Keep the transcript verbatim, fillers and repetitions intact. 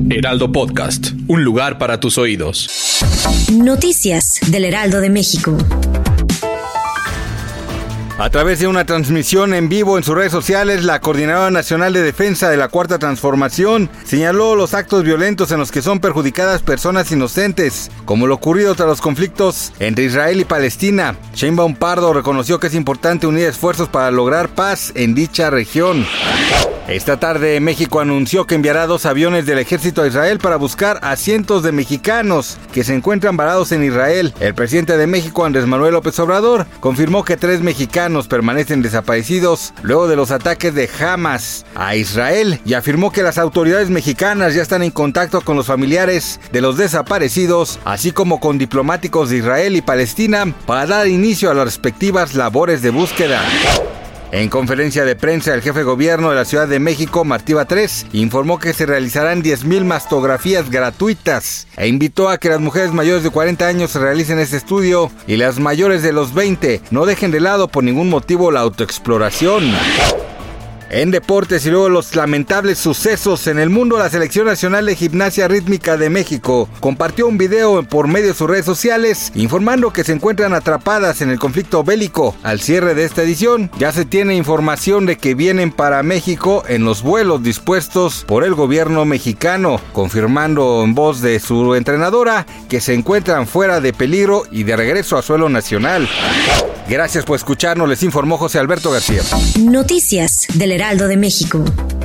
Heraldo Podcast, un lugar para tus oídos. Noticias del Heraldo de México. A través de una transmisión en vivo en sus redes sociales, la Coordinadora Nacional de Defensa de la Cuarta Transformación señaló los actos violentos en los que son perjudicadas personas inocentes, como lo ocurrido tras los conflictos entre Israel y Palestina. Sheinbaum Pardo reconoció que es importante unir esfuerzos para lograr paz en dicha región. Esta tarde, México anunció que enviará dos aviones del ejército a Israel para buscar a cientos de mexicanos que se encuentran varados en Israel. El presidente de México, Andrés Manuel López Obrador, confirmó que tres mexicanos permanecen desaparecidos luego de los ataques de Hamas a Israel y afirmó que las autoridades mexicanas ya están en contacto con los familiares de los desaparecidos, así como con diplomáticos de Israel y Palestina para dar inicio a las respectivas labores de búsqueda. En conferencia de prensa, el jefe de gobierno de la Ciudad de México, Martí Batres, informó que se realizarán diez mil mastografías gratuitas e invitó a que las mujeres mayores de cuarenta años realicen este estudio y las mayores de los veinte no dejen de lado por ningún motivo la autoexploración. En deportes y luego los lamentables sucesos en el mundo, la Selección Nacional de Gimnasia Rítmica de México compartió un video por medio de sus redes sociales informando que se encuentran atrapadas en el conflicto bélico. Al cierre de esta edición, ya se tiene información de que vienen para México en los vuelos dispuestos por el gobierno mexicano, confirmando en voz de su entrenadora que se encuentran fuera de peligro y de regreso a suelo nacional. Gracias por escucharnos, les informó José Alberto García. Noticias del Heraldo de México.